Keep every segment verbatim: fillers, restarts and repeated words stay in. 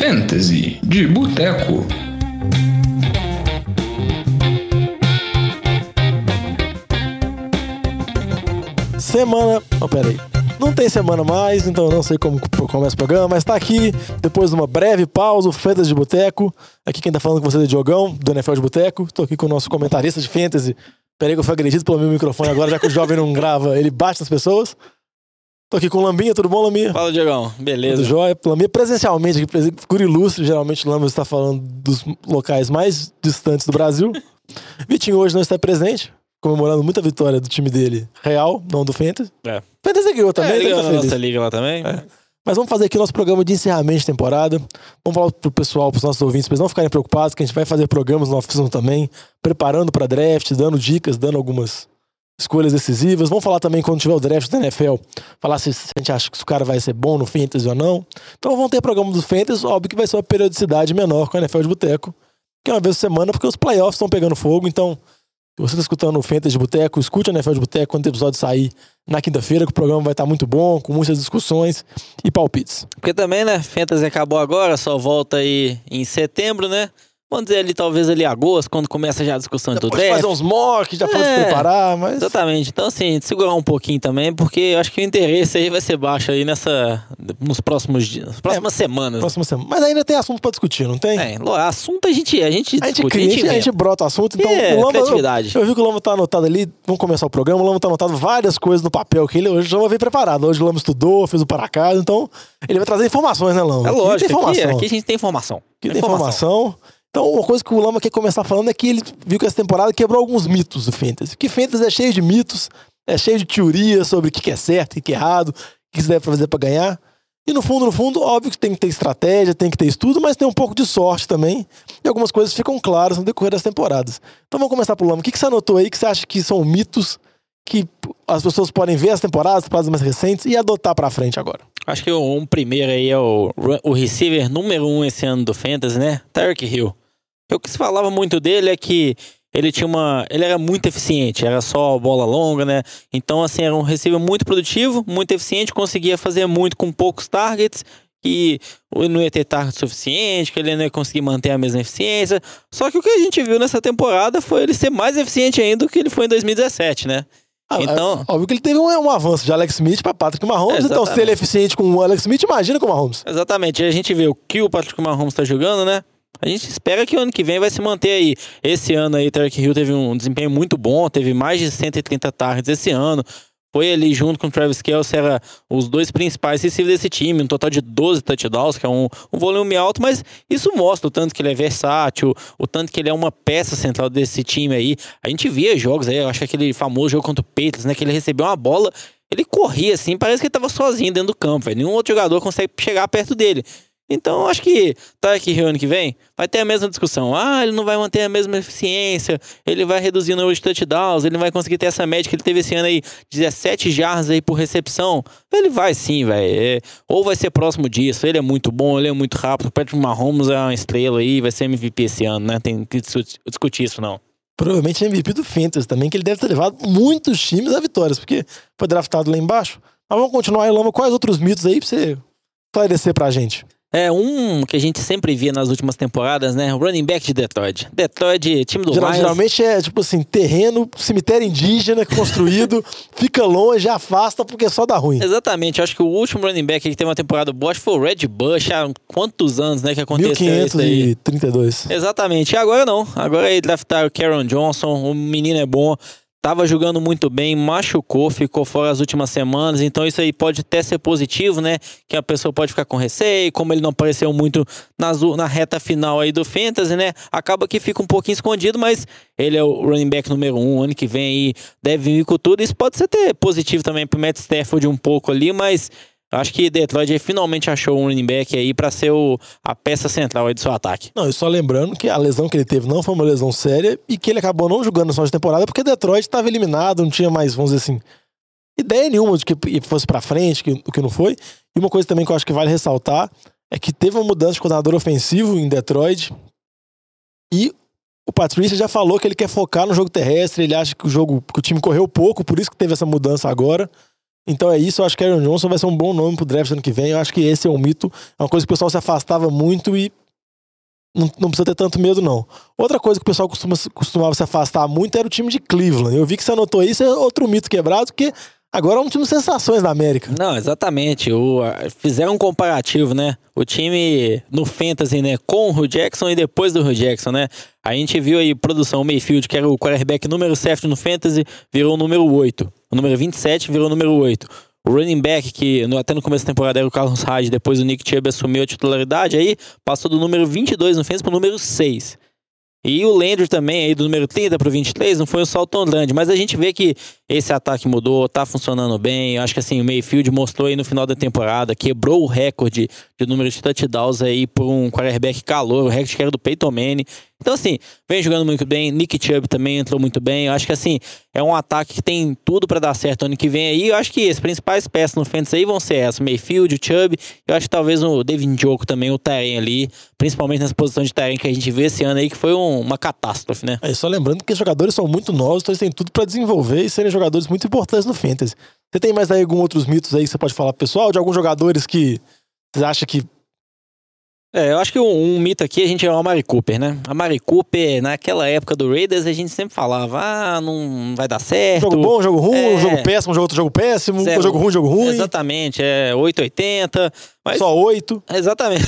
Fantasy de Boteco. Semana... Oh, peraí. Não tem semana mais, então eu não sei como começa o programa, mas tá aqui, depois de uma breve pausa, o Fantasy de Boteco. Aqui quem tá falando com você é o Diogão, do N F L de Boteco. Tô aqui com o nosso comentarista de Fantasy. Peraí que eu fui agredido pelo meu microfone agora, já que o jovem não grava, ele bate nas pessoas. Tô aqui com o Lambinha, tudo bom, Lambinha? Fala, Diogão, beleza. Tudo jóia. Lambinha presencialmente, aqui, figura ilustre, geralmente o Lambinha está falando dos locais mais distantes do Brasil. Vitinho hoje não está presente, comemorando muita vitória do time dele, real, não do Fantasy. É. Fantasy ganhou também, é, ele ganhou tá na feliz. nossa liga lá também. É. Mas vamos fazer aqui o nosso programa de encerramento de temporada. Vamos falar pro pessoal, pros nossos ouvintes, pra eles não ficarem preocupados, que a gente vai fazer programas no off-season também, preparando pra draft, dando dicas, dando algumas escolhas decisivas. Vamos falar também quando tiver o draft da N F L, falar se, se a gente acha que o cara vai ser bom no Fantasy ou não. Então vão ter programa do Fantasy, óbvio que vai ser uma periodicidade menor com a N F L de Boteco, que é uma vez por semana, porque os playoffs estão pegando fogo. Então, se você está escutando o Fantasy de Boteco, escute a N F L de Boteco quando o episódio sair na quinta-feira, que o programa vai estar muito bom, com muitas discussões e palpites. Porque também, né, Fantasy acabou agora, só volta aí em setembro, né? Vamos dizer ali, talvez ali agosto, quando começa já a discussão do draft. Pode fazer uns mocks, já pode É, se preparar, mas... Exatamente. Então, assim, segurar um pouquinho também, porque eu acho que o interesse aí vai ser baixo aí nessa... nos próximos dias, nas próximas É, semanas. Próxima semana. Mas ainda tem assunto pra discutir, não tem? É, assunto a gente, a gente A gente discute, cria, a gente, a gente brota o assunto. Então, É, o Lamba, criatividade. Eu, eu vi que o Lamba tá anotado ali, vamos começar o programa, o Lamba tá anotado várias coisas no papel, que ele hoje o Lamba veio preparado. Hoje o Lamba estudou, fez o para casa, então ele vai trazer informações, né, Lamba? É lógico, aqui, aqui, aqui a gente tem informação. Aqui tem informação. Então, uma coisa que o Lamba quer começar falando é que ele viu que essa temporada quebrou alguns mitos do Fantasy. Porque Fantasy é cheio de mitos, é cheio de teorias sobre o que é certo, o que é errado, o que você deve fazer pra ganhar. E no fundo, no fundo, óbvio que tem que ter estratégia, tem que ter estudo, mas tem um pouco de sorte também. E algumas coisas ficam claras no decorrer das temporadas. Então vamos começar pelo Lamba. O que você anotou aí que você acha que são mitos que as pessoas podem ver as temporadas, as temporadas mais recentes e adotar pra frente agora? Acho que um primeiro aí é o, o receiver número um esse ano do Fantasy, né? Tyreek Hill. O que se falava muito dele é que ele tinha uma... ele era muito eficiente, era só bola longa, né? Então, assim, era um receiver muito produtivo, muito eficiente, conseguia fazer muito com poucos targets, que ele não ia ter target suficiente, que ele não ia conseguir manter a mesma eficiência. Só que o que a gente viu nessa temporada foi ele ser mais eficiente ainda do que ele foi em dois mil e dezessete, né? Ah, então, é, óbvio que ele teve um, um avanço de Alex Smith para Patrick Mahomes, exatamente. Então se ele é eficiente com o Alex Smith, imagina com o Mahomes. Exatamente, a gente vê o que o Patrick Mahomes tá jogando, né? A gente espera que o ano que vem vai se manter aí. Esse ano aí, Tyreek Hill teve um desempenho muito bom, teve mais de cento e trinta targets esse ano. Foi ali junto com o Travis Kelce, era os dois principais receivers desse time, um total de doze touchdowns, que é um, um volume alto, mas isso mostra o tanto que ele é versátil, o tanto que ele é uma peça central desse time aí. A gente via jogos aí, eu acho que aquele famoso jogo contra o Patriots, né, que ele recebeu uma bola, ele corria assim, parece que ele tava sozinho dentro do campo, véio. Nenhum outro jogador consegue chegar perto dele. Então, acho que tá aqui ano que vem, vai ter a mesma discussão. Ah, ele não vai manter a mesma eficiência, ele vai reduzir o número de touchdowns, ele não vai conseguir ter essa média que ele teve esse ano aí, dezessete jardas aí por recepção. Ele vai sim, velho. É, ou vai ser próximo disso, ele é muito bom, ele é muito rápido. O Patrick Mahomes é uma estrela aí, vai ser M V P esse ano, né? Tem que discutir isso, não. Provavelmente M V P do Fantasy também, que ele deve ter levado muitos times a vitórias, porque foi draftado lá embaixo. Mas vamos continuar aí, Lama. Quais outros mitos aí pra você esclarecer pra gente? É, um que a gente sempre via nas últimas temporadas, né? O running back de Detroit. Detroit, time do Geral, Lions. Geralmente é, tipo assim, terreno, cemitério indígena construído, fica longe, afasta, porque só dá ruim. Exatamente. Eu acho que o último running back que teve uma temporada boa, acho que foi o Red Bush, há quantos anos, né, que aconteceu mil quinhentos e trinta e dois. Exatamente. E agora não. Agora aí draftaram o Caron Johnson, o menino é bom. Tava jogando muito bem, machucou, ficou fora as últimas semanas, então isso aí pode até ser positivo, né? Que a pessoa pode ficar com receio, como ele não apareceu muito nas, na reta final aí do Fantasy, né? Acaba que fica um pouquinho escondido, mas ele é o running back número um, ano que vem aí deve vir com tudo. Isso pode ser até positivo também pro Matt Stafford um pouco ali, mas acho que Detroit aí finalmente achou um running back aí pra ser o, a peça central aí do seu ataque. Não, e só lembrando que a lesão que ele teve não foi uma lesão séria e que ele acabou não jogando na sua temporada porque Detroit estava eliminado, não tinha mais, vamos dizer assim, ideia nenhuma de que fosse pra frente, que, que não foi. E uma coisa também que eu acho que vale ressaltar é que teve uma mudança de coordenador ofensivo em Detroit e o Patricia já falou que ele quer focar no jogo terrestre, ele acha que o jogo, que o time correu pouco, por isso que teve essa mudança agora. Então é isso, eu acho que Aaron Johnson vai ser um bom nome pro draft ano que vem. Eu acho que esse é um mito, é uma coisa que o pessoal se afastava muito e não, não precisa ter tanto medo, não. Outra coisa que o pessoal costuma, costumava se afastar muito era o time de Cleveland. Eu vi que você anotou isso, é outro mito quebrado, porque agora é um time de sensações da América. Não, exatamente. O, fizeram um comparativo, né? O time no Fantasy, né? Com o Hugh Jackson e depois do Hugh Jackson, né? A gente viu aí produção, o Mayfield, que era o quarterback número sete no Fantasy, virou o número oito. O número vinte e sete virou o número oito. O running back, que no, até no começo da temporada era o Carlos Hyde, depois o Nick Chubb assumiu a titularidade, aí passou do número vinte e dois no Fantasy para o número seis. E o Landry também, aí do número trinta para o vinte e três, não foi um salto tão grande. Mas a gente vê que esse ataque mudou, tá funcionando bem. Eu acho que assim, o Mayfield mostrou aí no final da temporada, quebrou o recorde de número de touchdowns aí por um quarterback calor, o recorde que era do Peyton Manning. Então assim, vem jogando muito bem. Nick Chubb também entrou muito bem. Eu acho que assim, é um ataque que tem tudo para dar certo ano que vem aí. Eu acho que as principais peças no Fantasy aí vão ser essa, Mayfield, o Chubb. Eu acho que talvez o David Njoku também, o Tyren ali, principalmente nessa posição de Tyren que a gente vê esse ano aí, que foi um, uma catástrofe, né? É, só lembrando que os jogadores são muito novos, então eles têm tudo para desenvolver e serem jogadores muito importantes no Fantasy. Você tem mais aí algum outros mitos aí que você pode falar pro pessoal? De alguns jogadores que você acha que... É, eu acho que um, um mito aqui a gente é o Amari Cooper, né? Amari Cooper, naquela época do Raiders, a gente sempre falava, ah, não vai dar certo. Jogo bom, jogo ruim, é... jogo péssimo, jogo outro jogo péssimo, Zero... jogo ruim, jogo ruim. Exatamente, é oito oitenta. Mas... Só oito. Exatamente.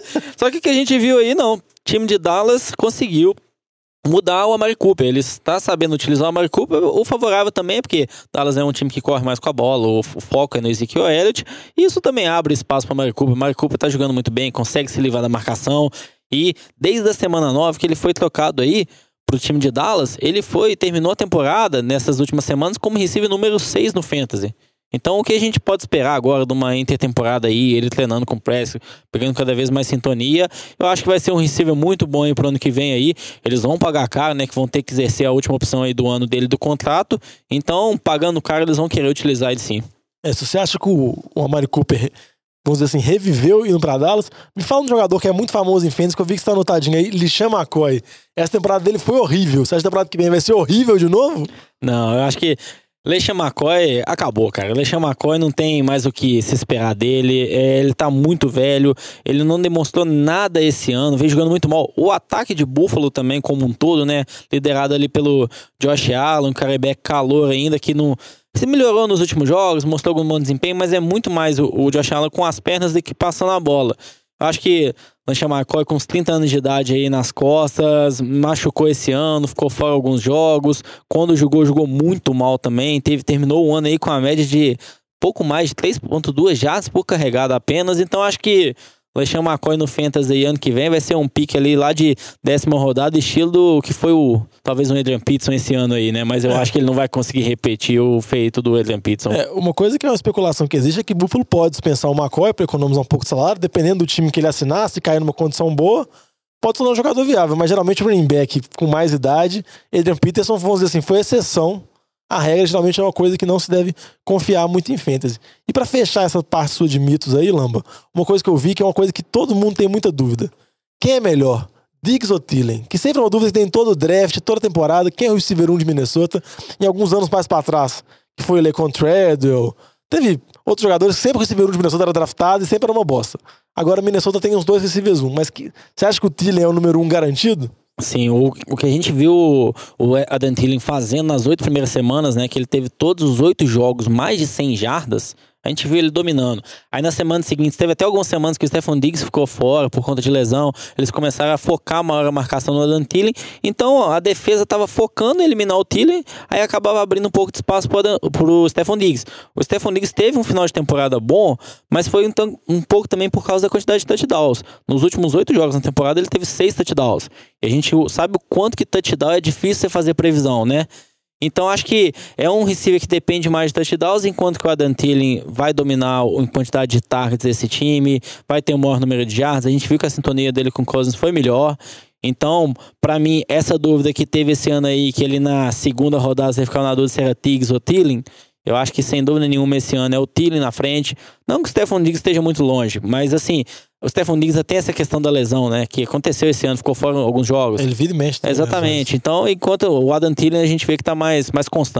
Só que o que a gente viu aí, não. O time de Dallas conseguiu mudar o Amari Cooper. Ele está sabendo utilizar o Amari Cooper. O favorável também, porque Dallas é um time que corre mais com a bola, o foco é no Ezekiel Elliott, e isso também abre espaço para o Amari Cooper. O Amari Cooper está jogando muito bem, consegue se livrar da marcação, e desde a semana nove que ele foi trocado aí para o time de Dallas, ele foi terminou a temporada nessas últimas semanas como receiver número seis no Fantasy. Então o que a gente pode esperar agora de uma intertemporada aí, ele treinando com o Prescott, pegando cada vez mais sintonia, eu acho que vai ser um receiver muito bom aí pro ano que vem aí. Eles vão pagar caro, né, que vão ter que exercer a última opção aí do ano dele do contrato, então pagando caro eles vão querer utilizar ele sim. É, se você acha que o, o Amari Cooper, vamos dizer assim, reviveu indo pra Dallas, me fala um jogador que é muito famoso em Fantasy, que eu vi que você tá anotadinho aí, LeSean McCoy. Essa temporada dele foi horrível, você acha que a temporada que vem vai ser horrível de novo? Não, eu acho que LeSean McCoy acabou, cara. LeSean McCoy não tem mais o que se esperar dele. É, ele tá muito velho. Ele não demonstrou nada esse ano. Vem jogando muito mal. O ataque de Buffalo também, como um todo, né? Liderado ali pelo Josh Allen, um quarterback calor ainda, que não... Se melhorou nos últimos jogos, mostrou algum bom desempenho, mas é muito mais o, o Josh Allen com as pernas do que passando a bola. Eu acho que o LeSean McCoy com uns trinta anos de idade aí nas costas, machucou esse ano, ficou fora alguns jogos. Quando jogou, jogou muito mal também. Teve, terminou o ano aí com a média de pouco mais de três vírgula dois jardas por carregada apenas. Então acho que o LeSean McCoy no Fantasy aí, ano que vem vai ser um pique ali lá de décima rodada, estilo do que foi o talvez o Adrian Peterson esse ano aí, né? Mas eu é. acho que ele não vai conseguir repetir o feito do Adrian Peterson. É, uma coisa que é uma especulação que existe é que o Buffalo pode dispensar o McCoy para economizar um pouco de salário, dependendo do time que ele assinar, se cair numa condição boa, pode tornar um jogador viável, mas geralmente o running back com mais idade, Adrian Peterson, vamos dizer assim, foi exceção. A regra geralmente é uma coisa que não se deve confiar muito em Fantasy. E pra fechar essa parte sua de mitos aí, Lamba, uma coisa que eu vi que é uma coisa que todo mundo tem muita dúvida. Quem é melhor? Diggs ou Thielen? Que sempre é uma dúvida que tem em todo o draft, toda temporada. Quem é o receiver um de Minnesota? Em alguns anos mais pra trás, que foi o LeCon Treadwell. Teve outros jogadores que sempre o receiver um de Minnesota era draftado e sempre era uma bosta. Agora Minnesota tem uns dois receivers um. Mas que, você acha que o Thielen é o número um garantido? Sim, o, o que a gente viu o, o Adam Thielen fazendo nas oito primeiras semanas, né, que ele teve todos os oito jogos mais de cem jardas, a gente viu ele dominando. Aí nas semanas seguintes, teve até algumas semanas que o Stephon Diggs ficou fora por conta de lesão, eles começaram a focar maior a marcação no Adam Thielen, então a defesa estava focando em eliminar o Thielen, aí acabava abrindo um pouco de espaço para o Stephon Diggs. O Stephon Diggs teve um final de temporada bom, mas foi então, um pouco também por causa da quantidade de touchdowns. Nos últimos oito jogos na temporada ele teve seis touchdowns, e a gente sabe o quanto que touchdown é difícil você fazer previsão, né? Então acho que é um receiver que depende mais de touchdowns, enquanto que o Adam Thielen vai dominar em quantidade de targets desse time, vai ter o maior número de yards. A gente viu que a sintonia dele com o Cousins foi melhor. Então, pra mim, essa dúvida que teve esse ano aí, que ele na segunda rodada você ficava na dúvida se era Diggs ou Thielen, eu acho que sem dúvida nenhuma esse ano é o Thielen na frente. Não que o Stephon Diggs esteja muito longe, mas assim, o Stephon Diggs tem essa questão da lesão, né? Que aconteceu esse ano, ficou fora alguns jogos. Ele vira e mexe. Exatamente. Então, enquanto o Adam Thielen a gente vê que tá mais, mais constante.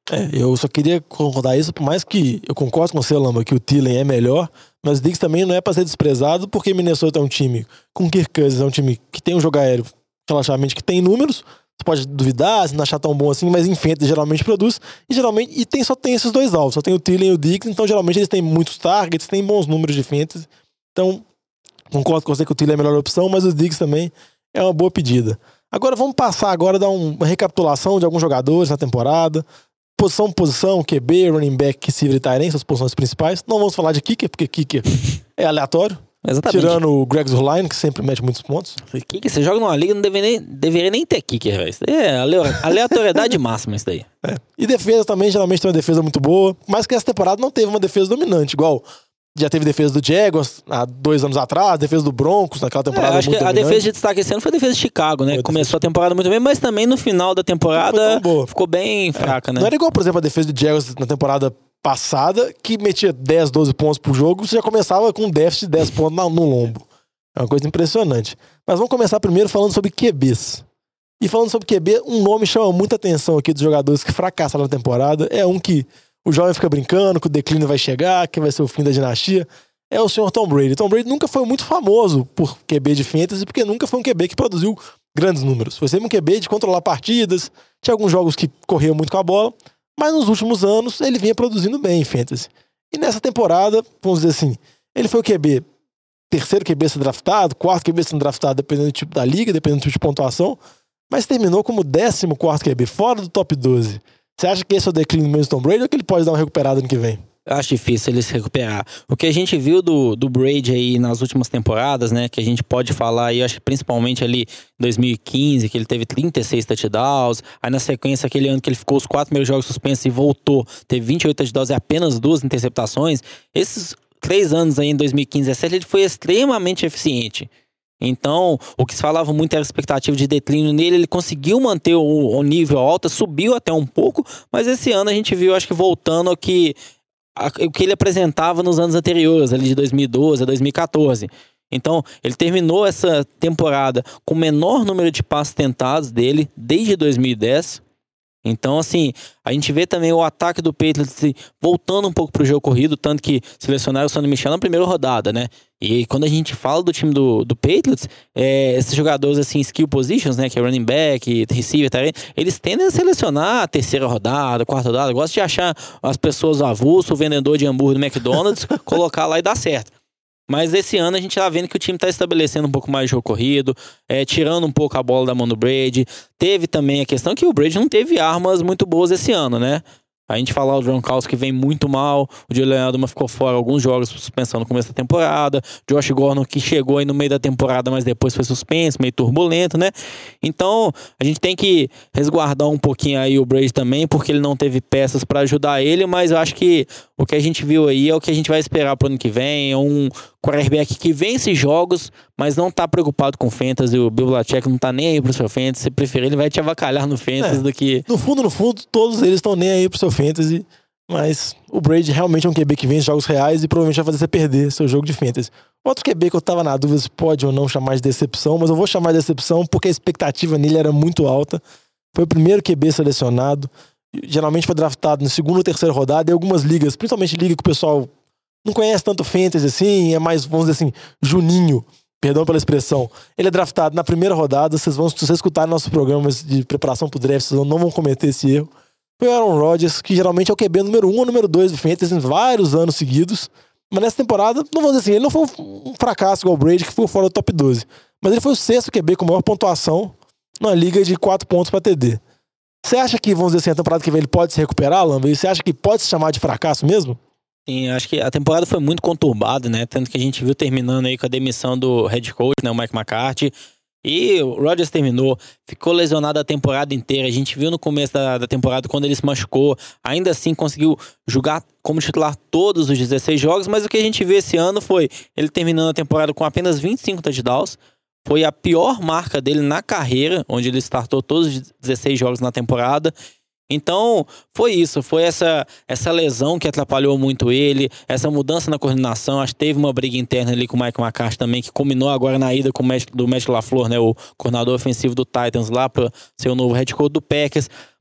É, eu só queria concordar isso, por mais que eu concordo com você, Lamba, que o Thielen é melhor, mas o Diggs também não é pra ser desprezado, porque Minnesota é um time com Kirk Cousins, é um time que tem um jogo aéreo relativamente que tem números, você pode duvidar, se não achar tão bom assim, mas enfim, geralmente produz, e geralmente, e tem, só tem esses dois alvos, só tem o Thielen e o Diggs, então geralmente eles têm muitos targets, têm bons números de fantasy, então concordo com você que o Thielen é a melhor opção, mas o Diggs também é uma boa pedida. Agora vamos passar agora, dar uma recapitulação de alguns jogadores na temporada, posição por posição, Q B, running back, receiver e tight end, essas posições principais. Não vamos falar de kicker, porque kicker é aleatório. Exatamente. Tirando o Greg Zuerlein, que sempre mete muitos pontos. Kicker, você joga numa liga, não deveria nem, deveria nem ter kicker, velho. Isso daí é aleatoriedade máxima, isso daí. É. E defesa também, geralmente tem uma defesa muito boa, mas que essa temporada não teve uma defesa dominante, igual já teve defesa do Jaguars há dois anos atrás, defesa do Broncos naquela temporada é, acho muito que a dominante. defesa de destaque esse ano foi a defesa de Chicago, né? Foi Começou a temporada muito bem, mas também no final da temporada ficou bem fraca, é. né? Não era igual, por exemplo, a defesa do Jaguars na temporada passada, que metia dez, doze pontos por jogo, você já começava com um déficit de dez pontos no lombo. É uma coisa impressionante. Mas vamos começar primeiro falando sobre Q Bs. E falando sobre Q B, um nome chama muita atenção aqui dos jogadores que fracassaram na temporada. É um que o jovem fica brincando, que o declínio vai chegar, que vai ser o fim da dinastia. É o senhor Tom Brady. Tom Brady nunca foi muito famoso por Q B de fantasy, porque nunca foi um Q B que produziu grandes números. Foi sempre um Q B de controlar partidas, tinha alguns jogos que corriam muito com a bola, mas nos últimos anos ele vinha produzindo bem em fantasy. E nessa temporada, vamos dizer assim, ele foi o Q B, terceiro Q B sendo draftado, quarto Q B sendo draftado, dependendo do tipo da liga, dependendo do tipo de pontuação, mas terminou como décimo quarto Q B, fora do top doze. Você acha que esse é o declínio mesmo do Tom Brady ou que ele pode dar uma recuperada no que vem? Eu acho difícil ele se recuperar. O que a gente viu do, do Brady aí nas últimas temporadas, né, que a gente pode falar aí, eu acho que principalmente ali em dois mil e quinze, que ele teve trinta e seis touchdowns, aí na sequência aquele ano que ele ficou os quatro primeiros jogos suspensos e voltou, teve vinte e oito touchdowns e apenas duas interceptações. Esses três anos aí em dois mil e quinze e dois mil e dezessete ele foi extremamente eficiente. Então, o que se falava muito era a expectativa de declínio nele, ele conseguiu manter o, o nível alto, subiu até um pouco, mas esse ano a gente viu, acho que voltando ao que, a, o que ele apresentava nos anos anteriores, ali de dois mil e doze a dois mil e quatorze. Então, ele terminou essa temporada com o menor número de passes tentados dele desde dois mil e dez. Então, assim, a gente vê também o ataque do Patriots voltando um pouco pro jogo corrido, tanto que selecionaram o Sonny Michel na primeira rodada, né? E quando a gente fala do time do, do Patriots, é, esses jogadores, assim, skill positions, né? Que é running back, receiver, tá, eles tendem a selecionar a terceira rodada, quarta rodada. Gosto de achar as pessoas avulso, o vendedor de hambúrguer do McDonald's, colocar lá e dar certo. Mas esse ano a gente tá vendo que o time tá estabelecendo um pouco mais de jogo corrido, é, tirando um pouco a bola da mão do Brady. Teve também a questão que o Brady não teve armas muito boas esse ano, né? A gente falar o Gronkowski vem muito mal, o Julian Edelman ficou fora alguns jogos por suspensão no começo da temporada, Josh Gordon que chegou aí no meio da temporada, mas depois foi suspenso, meio turbulento, né? Então, a gente tem que resguardar um pouquinho aí o Brady também, porque ele não teve peças pra ajudar ele, mas eu acho que o que a gente viu aí é o que a gente vai esperar pro ano que vem, é um quarterback que vence jogos, mas não tá preocupado com fantasy, o Bill Belichick não tá nem aí pro seu fantasy, se preferir ele vai te avacalhar no fantasy é, do que... No fundo, no fundo, todos eles estão nem aí pro seu fantasy, mas o Brady realmente é um Q B que vence jogos reais e provavelmente vai fazer você perder seu jogo de fantasy. Outro Q B que eu tava na dúvida se pode ou não chamar de decepção, mas eu vou chamar de decepção porque a expectativa nele era muito alta. Foi o primeiro Q B selecionado, geralmente foi draftado na segunda ou terceira rodada, e algumas ligas, principalmente liga que o pessoal não conhece tanto fantasy assim, é mais, vamos dizer assim, juninho, perdão pela expressão. Ele é draftado na primeira rodada, vocês vão, se vocês escutarem nossos programas de preparação pro draft, vocês não vão cometer esse erro. Foi o Aaron Rodgers, que geralmente é o Q B número um ou número dois do fantasy em vários anos seguidos, mas nessa temporada, não vou dizer assim, ele não foi um fracasso igual o Brady, que ficou fora do top doze, mas ele foi o sexto Q B com maior pontuação numa liga de quatro pontos para T D. Você acha que, vamos dizer assim, a temporada que vem ele pode se recuperar, Lamba? E você acha que pode se chamar de fracasso mesmo? Sim, acho que a temporada foi muito conturbada, né? Tanto que a gente viu terminando aí com a demissão do head coach, né? O Mike McCarthy. E o Rodgers terminou, ficou lesionado a temporada inteira. A gente viu no começo da, da temporada, quando ele se machucou, ainda assim conseguiu jogar como titular todos os dezesseis jogos, mas o que a gente viu esse ano foi ele terminando a temporada com apenas vinte e cinco touchdowns. Foi a pior marca dele na carreira, onde ele startou todos os dezesseis jogos na temporada. Então, foi isso, foi essa, essa lesão que atrapalhou muito ele, essa mudança na coordenação. Acho que teve uma briga interna ali com o Mike McCarthy também, que culminou agora na ida com o Matt, do Matt LaFleur, né, o coordenador ofensivo do Titans lá, para ser o novo head coach do Packers.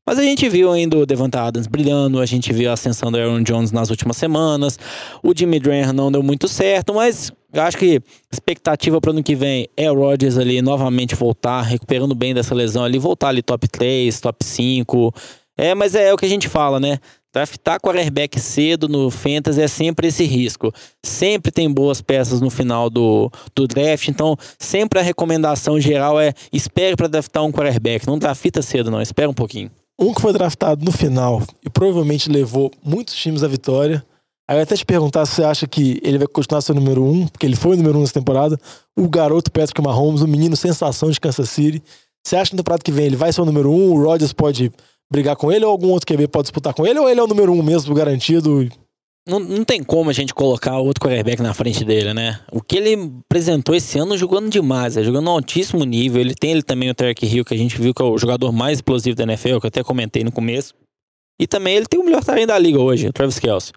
Mas a gente viu ainda o Davante Adams brilhando, a gente viu a ascensão do Aaron Jones nas últimas semanas, o Jimmy Graham não deu muito certo, mas eu acho que a expectativa para o ano que vem é o Rodgers ali novamente voltar, recuperando bem dessa lesão ali, voltar ali top três, top cinco. É, mas é, é o que a gente fala, né? Draftar quarterback cedo no Fantasy é sempre esse risco. Sempre tem boas peças no final do, do draft, então sempre a recomendação geral é espere para draftar um quarterback. Não drafta cedo não, espera um pouquinho. Um que foi draftado no final e provavelmente levou muitos times à vitória. Aí eu ia até te perguntar se você acha que ele vai continuar sendo o número um, porque ele foi o número um nessa temporada. O garoto Patrick Mahomes, o menino sensação de Kansas City. Você acha que na temporada que vem ele vai ser o número um, o Rodgers pode brigar com ele, ou algum outro Q B pode disputar com ele, ou ele é o número um mesmo, garantido? Não, não tem como a gente colocar outro quarterback na frente dele, né? O que ele apresentou esse ano jogando demais, é, jogando a um altíssimo nível. Ele tem ele também o Tyreek Hill, que a gente viu que é o jogador mais explosivo da N F L, que eu até comentei no começo. E também ele tem o melhor talento da liga hoje, o Travis Kelce.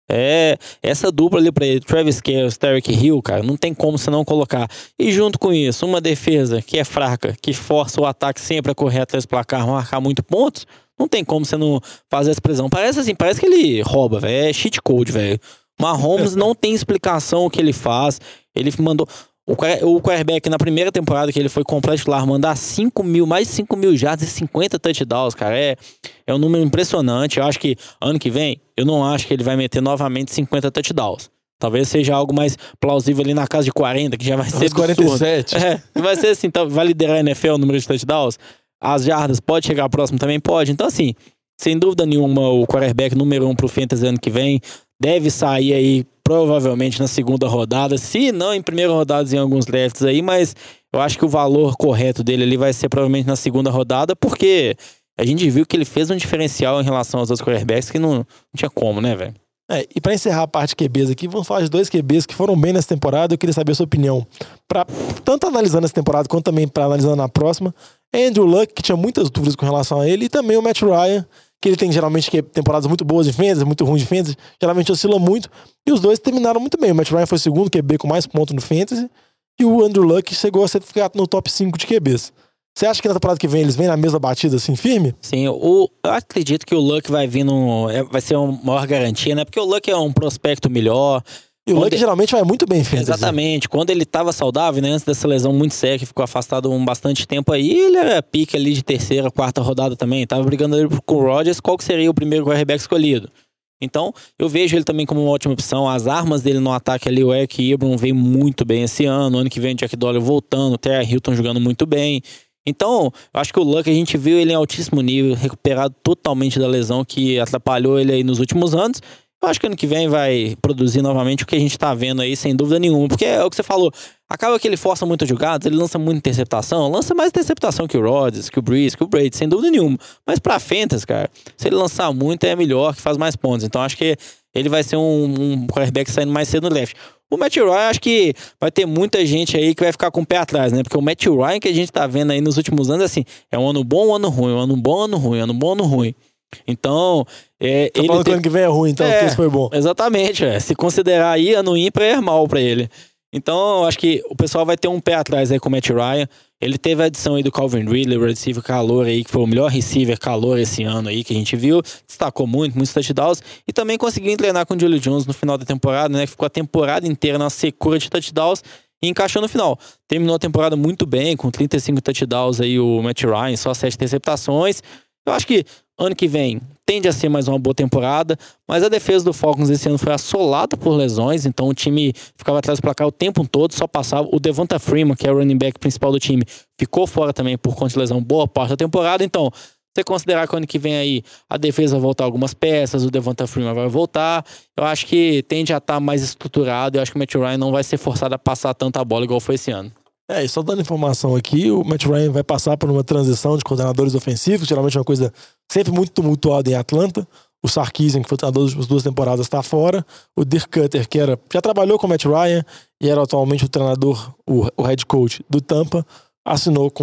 É, essa dupla ali pra ele, Travis Kelce, Tyreek Hill, cara, não tem como você não colocar. E junto com isso, uma defesa que é fraca, que força o ataque sempre a correr atrás do placar, marcar muito pontos, não tem como você não fazer essa prisão. Parece assim, parece que ele rouba, velho, é cheat code, velho. Mahomes não tem explicação o que ele faz. Ele mandou... O quarterback na primeira temporada que ele foi completo titular, mandar cinco mil, mais de cinco mil jardas e cinquenta touchdowns, cara, é, é um número impressionante. Eu acho que ano que vem, eu não acho que ele vai meter novamente cinquenta touchdowns. Talvez seja algo mais plausível ali na casa de quarenta, que já vai ser quarenta e sete. É, vai ser assim, vai liderar a N F L o número de touchdowns. As jardas pode chegar próximo também? Pode. Então assim, sem dúvida nenhuma, o quarterback número um pro Fantasy ano que vem deve sair aí provavelmente na segunda rodada, se não em primeira rodada em alguns drafts aí, mas eu acho que o valor correto dele ali vai ser provavelmente na segunda rodada, porque a gente viu que ele fez um diferencial em relação aos outros quarterbacks que não, não tinha como, né, velho? É, e pra encerrar a parte Q Bs aqui, vamos falar de dois Q Bs que foram bem nessa temporada. Eu queria saber a sua opinião, pra, tanto analisando essa temporada quanto também para analisando na próxima. Andrew Luck, que tinha muitas dúvidas com relação a ele, e também o Matt Ryan, que ele tem geralmente temporadas muito boas de fantasy, muito ruins de fantasy, geralmente oscila muito, e os dois terminaram muito bem. O Matt Ryan foi o segundo Q B com mais pontos no fantasy, e o Andrew Luck chegou a ser ficado no top cinco de Q Bs. Você acha que na temporada que vem eles vêm na mesma batida assim, firme? Sim, o, eu acredito que o Luck vai vir no, é, vai ser uma maior garantia, né? Porque o Luck é um prospecto melhor. E o Luck geralmente vai muito bem em fantasy. Exatamente. Quando ele estava saudável, né, antes dessa lesão muito séria, que ficou afastado um bastante tempo aí, ele era pique ali de terceira, quarta rodada também. Tava brigando ali com o Rodgers, qual que seria o primeiro quarterback escolhido. Então, eu vejo ele também como uma ótima opção. As armas dele no ataque ali, o Eric Ebron veio muito bem esse ano. Ano que vem o Jack Doyle voltando, o Terry Hilton jogando muito bem. Então, eu acho que o Luck, a gente viu ele em altíssimo nível, recuperado totalmente da lesão que atrapalhou ele aí nos últimos anos. Eu acho que ano que vem vai produzir novamente o que a gente tá vendo aí, sem dúvida nenhuma. Porque é o que você falou, acaba que ele força muitas jogadas, ele lança muita interceptação, lança mais interceptação que o Rodgers, que o Breeze, que o Brady, sem dúvida nenhuma. Mas pra fantasy, cara, se ele lançar muito é melhor, que faz mais pontos. Então acho que ele vai ser um, um quarterback saindo mais cedo no draft. O Matt Ryan, acho que vai ter muita gente aí que vai ficar com o pé atrás, né? Porque o Matt Ryan que a gente tá vendo aí nos últimos anos, assim, é um ano bom, um ano ruim, um ano bom, um ano ruim, um ano bom, um ano ruim. Então, é, Você ele falando tem... que ano que vem é ruim, então, é, porque isso foi bom. Exatamente, é. Se considerar aí, ano ímpar é mal pra ele. Então, acho que o pessoal vai ter um pé atrás aí com o Matt Ryan. Ele teve a adição aí do Calvin Ridley, o receiver calor aí, que foi o melhor receiver calor esse ano aí que a gente viu. Destacou muito, muitos touchdowns. E também conseguiu treinar com o Julio Jones no final da temporada, né? Que ficou a temporada inteira na secura de touchdowns e encaixou no final. Terminou a temporada muito bem, com trinta e cinco touchdowns aí o Matt Ryan, só sete interceptações. Eu acho que ano que vem tende a ser mais uma boa temporada, mas a defesa do Falcons esse ano foi assolada por lesões, então o time ficava atrás do placar o tempo todo, só passava. O Devonta Freeman, que é o running back principal do time, ficou fora também por conta de lesão boa parte da temporada. Então, você considerar que ano que vem aí a defesa vai voltar algumas peças, o Devonta Freeman vai voltar, eu acho que tende a estar mais estruturado. Eu acho que o Matt Ryan não vai ser forçado a passar tanta bola igual foi esse ano. É, e só dando informação aqui, o Matt Ryan vai passar por uma transição de coordenadores ofensivos, geralmente é uma coisa sempre muito tumultuada em Atlanta. O Sarkisian, que foi o treinador das duas temporadas, está fora. O Dirk Cutter, que era, já trabalhou com o Matt Ryan e era atualmente o treinador, o, o head coach do Tampa, assinou com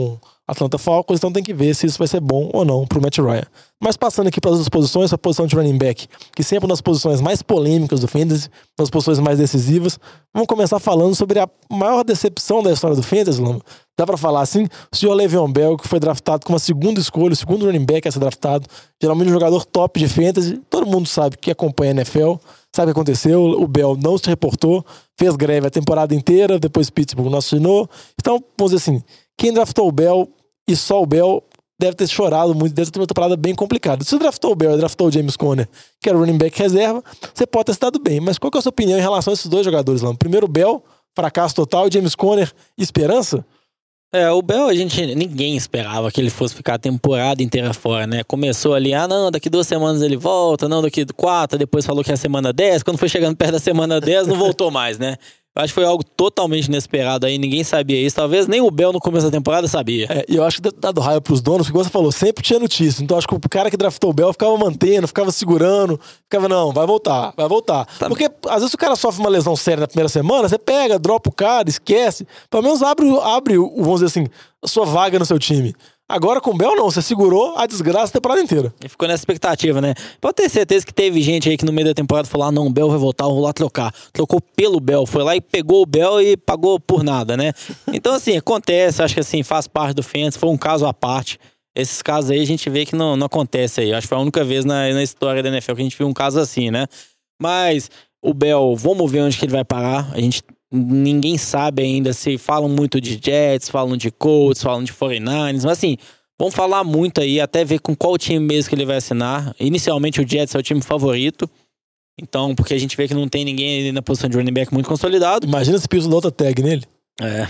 Atlanta Falcons, então tem que ver se isso vai ser bom ou não pro Matt Ryan. Mas passando aqui para as outras posições, a posição de running back, que sempre é uma das posições mais polêmicas do Fantasy, uma das posições mais decisivas, vamos começar falando sobre a maior decepção da história do Fantasy, Lomba. Dá pra falar assim? O senhor Le'Veon Bell, que foi draftado como a segunda escolha, o segundo running back a ser draftado, geralmente um jogador top de Fantasy, todo mundo sabe que acompanha a N F L, sabe o que aconteceu, o Bell não se reportou, fez greve a temporada inteira, depois Pittsburgh não assinou. Então, vamos dizer assim, quem draftou o Bell e só o Bell deve ter chorado muito, deve ter uma temporada bem complicada. Se você draftou o Bell e draftou o James Conner, que era o running back reserva, você pode ter se dado bem. Mas qual que é a sua opinião em relação a esses dois jogadores lá? Primeiro o Bell, fracasso total, e James Conner, esperança? É, o Bell, a gente, ninguém esperava que ele fosse ficar a temporada inteira fora, né? Começou ali, ah não, daqui duas semanas ele volta, não, daqui quatro, depois falou que é a semana dez, quando foi chegando perto da semana dez, não voltou mais, né? Eu acho que foi algo totalmente inesperado aí, ninguém sabia isso, talvez nem o Bell no começo da temporada sabia. É, e eu acho que deve ter dado raiva pros donos, porque como você falou, sempre tinha notícia. Então acho que o cara que draftou o Bell ficava mantendo, ficava segurando, ficava, não, vai voltar, vai voltar. Tá. Porque às vezes o cara sofre uma lesão séria na primeira semana, você pega, dropa o cara, esquece, pelo menos abre, abre vamos dizer assim, a sua vaga no seu time. Agora com o Bell não, você segurou a desgraça a temporada inteira. E ficou nessa expectativa, né? Pode ter certeza que teve gente aí que no meio da temporada falou, ah não, o Bell vai voltar, eu vou lá trocar. Trocou pelo Bell, foi lá e pegou o Bell e pagou por nada, né? Então assim, acontece, acho que assim, faz parte do Fantasy, foi um caso à parte. Esses casos aí a gente vê que não, não acontece aí. Acho que foi a única vez na, na história da N F L que a gente viu um caso assim, né? Mas o Bell, vamos ver onde que ele vai parar. A gente... Ninguém sabe ainda, se falam muito de Jets, falam de Colts, falam de quarenta e nove ers, mas assim, vamos falar muito aí, até ver com qual time mesmo que ele vai assinar. Inicialmente o Jets é o time favorito, então, porque a gente vê que não tem ninguém ali na posição de running back muito consolidado. Imagina se piso outra tag nele. É.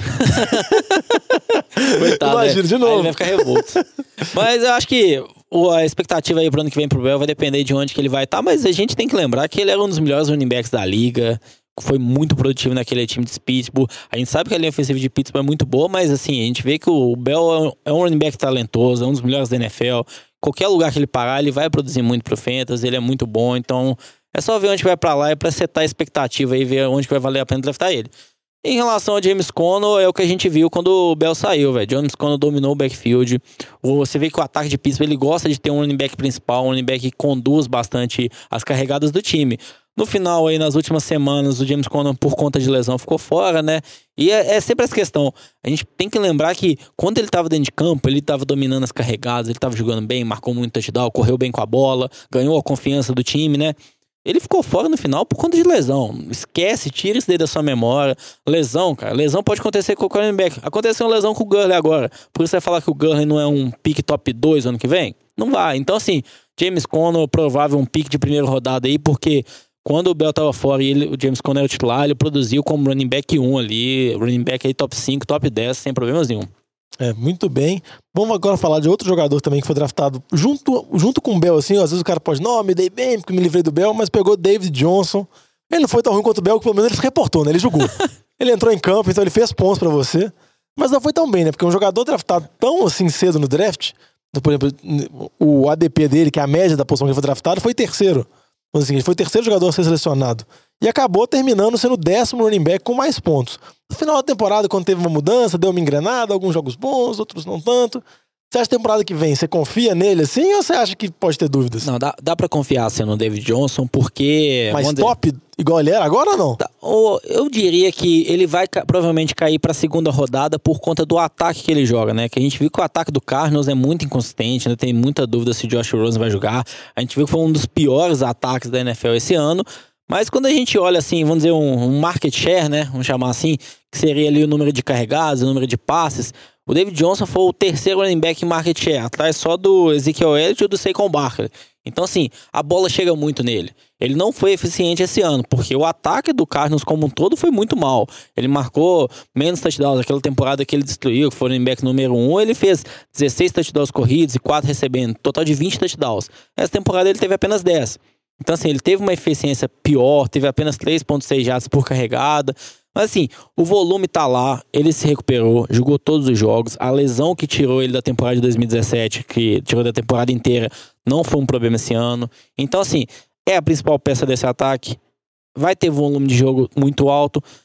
Coitado, imagina, né? de novo. Aí ele vai ficar revolto. Mas eu acho que a expectativa aí pro ano que vem pro Bell vai depender de onde que ele vai estar, mas a gente tem que lembrar que ele era um dos melhores running backs da liga, foi muito produtivo naquele time de Pittsburgh. A gente sabe que a linha ofensiva de Pittsburgh é muito boa, mas assim, a gente vê que o Bell é um running back talentoso, é um dos melhores da N F L. Qualquer lugar que ele parar, ele vai produzir muito pro Fantasy, ele é muito bom, então é só ver onde vai pra lá e pra setar a expectativa e ver onde que vai valer a pena draftar ele. Em relação ao James Conner, é o que a gente viu quando o Bell saiu, velho. James Conner dominou o backfield. Você vê que o ataque de Pittsburgh, ele gosta de ter um running back principal, um running back que conduz bastante as carregadas do time. No final, aí, nas últimas semanas, o James Conner, por conta de lesão, ficou fora, né? E é, é sempre essa questão. A gente tem que lembrar que, quando ele estava dentro de campo, ele estava dominando as carregadas, ele estava jogando bem, marcou muito touchdown, correu bem com a bola, ganhou a confiança do time, né? Ele ficou fora no final por conta de lesão. Esquece, tira isso daí da sua memória. Lesão, cara. Lesão pode acontecer com o running back. Aconteceu uma lesão com o Gurley agora. Por isso você vai falar que o Gurley não é um pick top dois ano que vem? Não vai. Então, assim, James Conner, provável um pick de primeira rodada aí, porque quando o Bell tava fora e ele, o James Conner é o titular, ele produziu como running back um ali, running back aí top cinco, top dez, sem problemas nenhum. É, muito bem. Vamos agora falar de outro jogador também que foi draftado junto, junto com o Bell, assim, às vezes o cara pode, não, me dei bem porque me livrei do Bell, mas pegou David Johnson. Ele não foi tão ruim quanto o Bell, que pelo menos ele se reportou, né? Ele jogou. Ele entrou em campo, então ele fez pontos pra você, mas não foi tão bem, né? Porque um jogador draftado tão assim cedo no draft, por exemplo, o A D P dele, que é a média da posição que ele foi draftado, foi terceiro. Então, assim, ele foi o terceiro jogador a ser selecionado. E acabou terminando sendo o décimo running back com mais pontos. No final da temporada, quando teve uma mudança, deu uma engrenada, alguns jogos bons, outros não tanto. Você acha que a temporada que vem, você confia nele assim, ou você acha que pode ter dúvidas? Não, dá, dá pra confiar sendo o David Johnson, porque... Mas top, dizer, igual ele era agora ou não? Tá, eu diria que ele vai provavelmente cair pra segunda rodada por conta do ataque que ele joga, né? Que a gente viu que o ataque do Cardinals é muito inconsistente, né? Tem muita dúvida se Josh Rosen vai jogar. A gente viu que foi um dos piores ataques da N F L esse ano. Mas quando a gente olha assim, vamos dizer, um, um market share, né? Vamos chamar assim, que seria ali o número de carregados, o número de passes. O David Johnson foi o terceiro running back em market share, atrás só do Ezekiel Elliott e do Saquon Barkley. Então, assim, a bola chega muito nele. Ele não foi eficiente esse ano, porque o ataque do Cardinals como um todo foi muito mal. Ele marcou menos touchdowns. Aquela temporada que ele destruiu, que foi o running back número um, ele fez dezesseis touchdowns corridos e quatro recebendo, total de vinte touchdowns. Essa temporada ele teve apenas dez. Então, assim, ele teve uma eficiência pior, teve apenas três vírgula seis jardas por carregada. Mas, assim, o volume tá lá, ele se recuperou, jogou todos os jogos. A lesão que tirou ele da temporada de dois mil e dezessete, que tirou da temporada inteira, não foi um problema esse ano. Então, assim, é a principal peça desse ataque. Vai ter volume de jogo muito alto.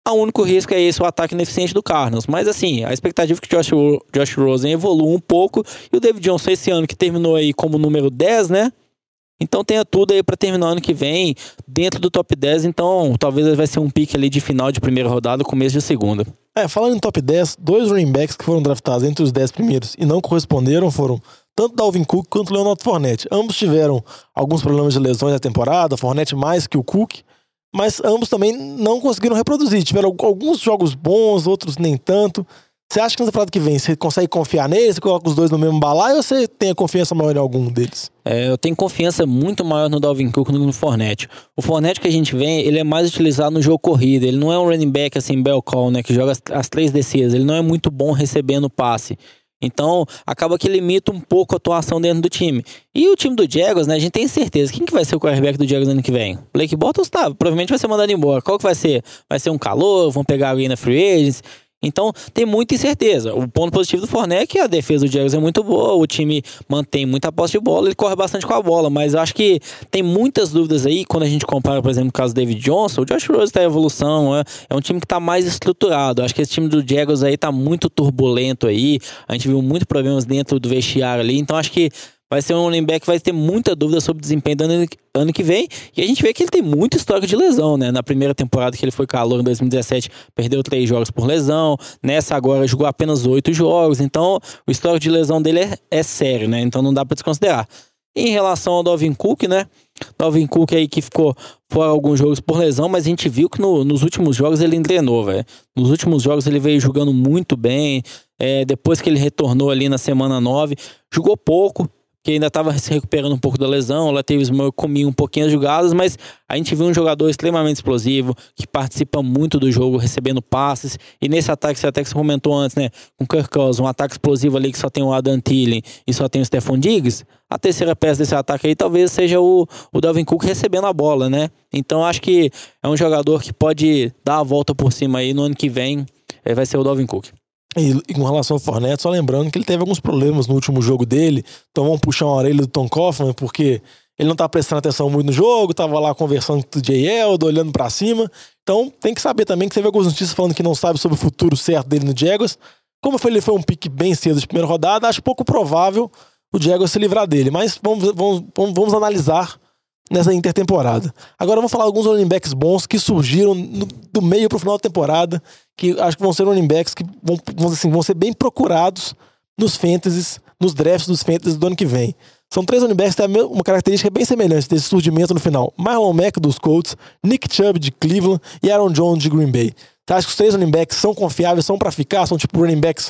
O único risco é esse, o ataque ineficiente do Cardinals. Mas assim, a expectativa é que o Josh, Josh Rosen evolua um pouco. E o David Johnson esse ano, que terminou aí como número dez, né? Então tenha tudo aí pra terminar ano que vem dentro do top dez. Então talvez vai ser um pique ali de final de primeira rodada, começo de segunda. É, falando em top dez, dois running backs que foram draftados entre os dez primeiros e não corresponderam foram tanto Dalvin Cook quanto Leonard Fournette. Ambos tiveram alguns problemas de lesões na temporada, Fournette mais que o Cook. Mas ambos também não conseguiram reproduzir. Tiveram alguns jogos bons, outros nem tanto. Você acha que na temporada que vem você consegue confiar neles? Você coloca os dois no mesmo balaio ou você tem a confiança maior em algum deles? É, eu tenho confiança muito maior no Dalvin Cook do que no Fournette. O Fournette que a gente vê, ele é mais utilizado no jogo corrido. Ele não é um running back assim, bell call, né? Que joga as, as três descidas. Ele não é muito bom recebendo passe. Então, acaba que limita um pouco a atuação dentro do time. E o time do Jaguars, né, a gente tem certeza. Quem que vai ser o quarterback do Jaguars ano que vem? Blake Bortles tá, provavelmente vai ser mandado embora. Qual que vai ser? Vai ser um calor? Vão pegar alguém na free agents? Então, tem muita incerteza. O ponto positivo do Fournette é que a defesa do Jaguars é muito boa, o time mantém muita posse de bola, ele corre bastante com a bola, mas eu acho que tem muitas dúvidas aí, quando a gente compara, por exemplo, o caso do David Johnson. O Josh Rosen está em evolução, é, é um time que está mais estruturado. Eu acho que esse time do Jaguars aí está muito turbulento aí, a gente viu muitos problemas dentro do vestiário ali, então acho que vai ser um running back que vai ter muita dúvida sobre o desempenho do ano, ano que vem. E a gente vê que ele tem muito histórico de lesão, né? Na primeira temporada que ele foi calor, em dois mil e dezessete, perdeu três jogos por lesão. Nessa agora jogou apenas oito jogos. Então, o histórico de lesão dele é, é sério, né? Então não dá para desconsiderar. Em relação ao Dalvin Cook, né? Dalvin Cook aí que ficou fora alguns jogos por lesão, mas a gente viu que no, nos últimos jogos ele engrenou, velho. Nos últimos jogos ele veio jogando muito bem. É, depois que ele retornou ali na semana nove, jogou pouco, que ainda estava se recuperando um pouco da lesão. Lá teve comia um pouquinho as jogadas, mas a gente viu um jogador extremamente explosivo, que participa muito do jogo, recebendo passes. E nesse ataque, você até que você comentou antes, né? Com o Kirk Cousins, um ataque explosivo ali que só tem o Adam Thielen e só tem o Stephon Diggs. A terceira peça desse ataque aí talvez seja o, o Dalvin Cook recebendo a bola, né? Então acho que é um jogador que pode dar a volta por cima aí no ano que vem. É, vai ser o Dalvin Cook. E com relação ao Fournette, só lembrando que ele teve alguns problemas no último jogo dele, tomou um puxão a orelha do Tom Coughlin, porque ele não tá prestando atenção muito no jogo, tava lá conversando com o Jay Eldo, olhando pra cima. Então tem que saber também que teve algumas notícias falando que não sabe sobre o futuro certo dele no Jaguars. Como ele foi um pique bem cedo de primeira rodada, acho pouco provável o Jaguars se livrar dele, mas vamos, vamos, vamos, vamos analisar nessa intertemporada. Agora vamos falar de alguns running backs bons que surgiram no, do meio pro final da temporada, que acho que vão ser running backs que vão, vão, assim, vão ser bem procurados nos fantasies, nos drafts dos fantasies do ano que vem. São três running backs que têm uma característica bem semelhante desse surgimento no final. Marlon Mack dos Colts, Nick Chubb de Cleveland e Aaron Jones de Green Bay. Você acha que os três running backs são confiáveis, são pra ficar, são tipo running backs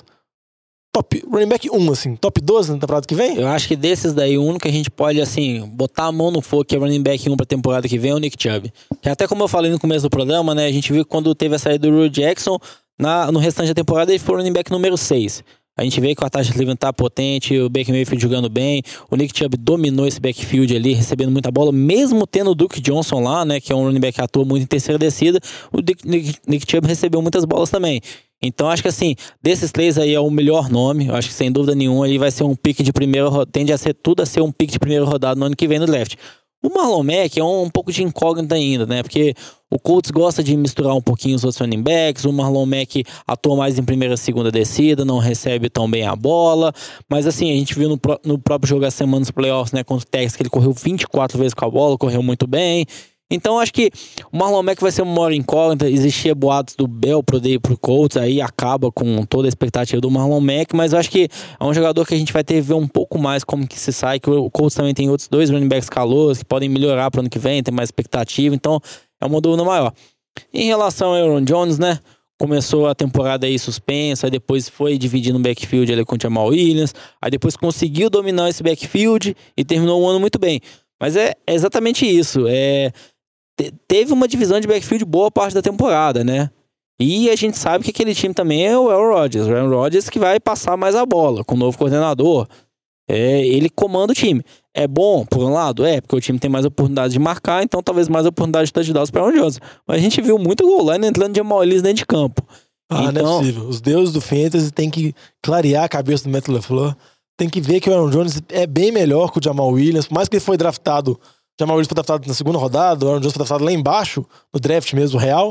top, running back um, assim, top doze na temporada que vem? Eu acho que desses daí, o único que a gente pode, assim, botar a mão no fogo que é running back um pra temporada que vem é o Nick Chubb. Que até como eu falei no começo do programa, né, a gente viu que quando teve a saída do Will Jackson, na, no restante da temporada ele foi o running back número seis. A gente vê que o ataque de Cleveland tá potente, o Baker Mayfield jogando bem, o Nick Chubb dominou esse backfield ali, recebendo muita bola, mesmo tendo o Duke Johnson lá, né, que é um running back que atua muito em terceira descida, o Nick, Nick, Nick Chubb recebeu muitas bolas também. Então acho que assim, desses três aí é o melhor nome, eu acho que sem dúvida nenhuma ele vai ser um pique de primeira rodada, tende a ser tudo a ser um pique de primeira rodada no ano que vem no draft. O Marlon Mack é um, um pouco de incógnita ainda, né? Porque o Colts gosta de misturar um pouquinho os outros running backs. O Marlon Mack atua mais em primeira e segunda descida, não recebe tão bem a bola. Mas assim, a gente viu no, no próprio jogo da semana dos playoffs, né? Contra o Texas, que ele correu vinte e quatro vezes com a bola, correu muito bem. Então acho que o Marlon Mack vai ser uma maior incógnita. Existia boatos do Bell pro Day pro Colts, aí acaba com toda a expectativa do Marlon Mack, mas eu acho que é um jogador que a gente vai ter que ver um pouco mais como que se sai, que o Colts também tem outros dois running backs calouros que podem melhorar pro ano que vem, tem mais expectativa, então é uma dúvida maior. Em relação ao Aaron Jones, né, começou a temporada aí suspensa, aí depois foi dividindo o backfield ali com o Jamal Williams, aí depois conseguiu dominar esse backfield e terminou o ano muito bem. Mas é, é exatamente isso, é... teve uma divisão de backfield boa parte da temporada, né? E a gente sabe que aquele time também é o Aaron Rodgers. O Aaron Rodgers que vai passar mais a bola com o novo coordenador. É, ele comanda o time. É bom, por um lado? É, porque o time tem mais oportunidade de marcar, então talvez mais oportunidade de touchdowns para o Aaron Jones. Mas a gente viu muito goal line entrando de Jamal Williams dentro de campo. Ah, então... não é possível. Os deuses do Fantasy têm que clarear a cabeça do Matt LaFleur. Tem que ver que o Aaron Jones é bem melhor que o Jamal Williams. Por mais que ele foi draftado... Jamal Williams foi draftado na segunda rodada, o Aaron Jones foi draftado lá embaixo, no draft mesmo, real.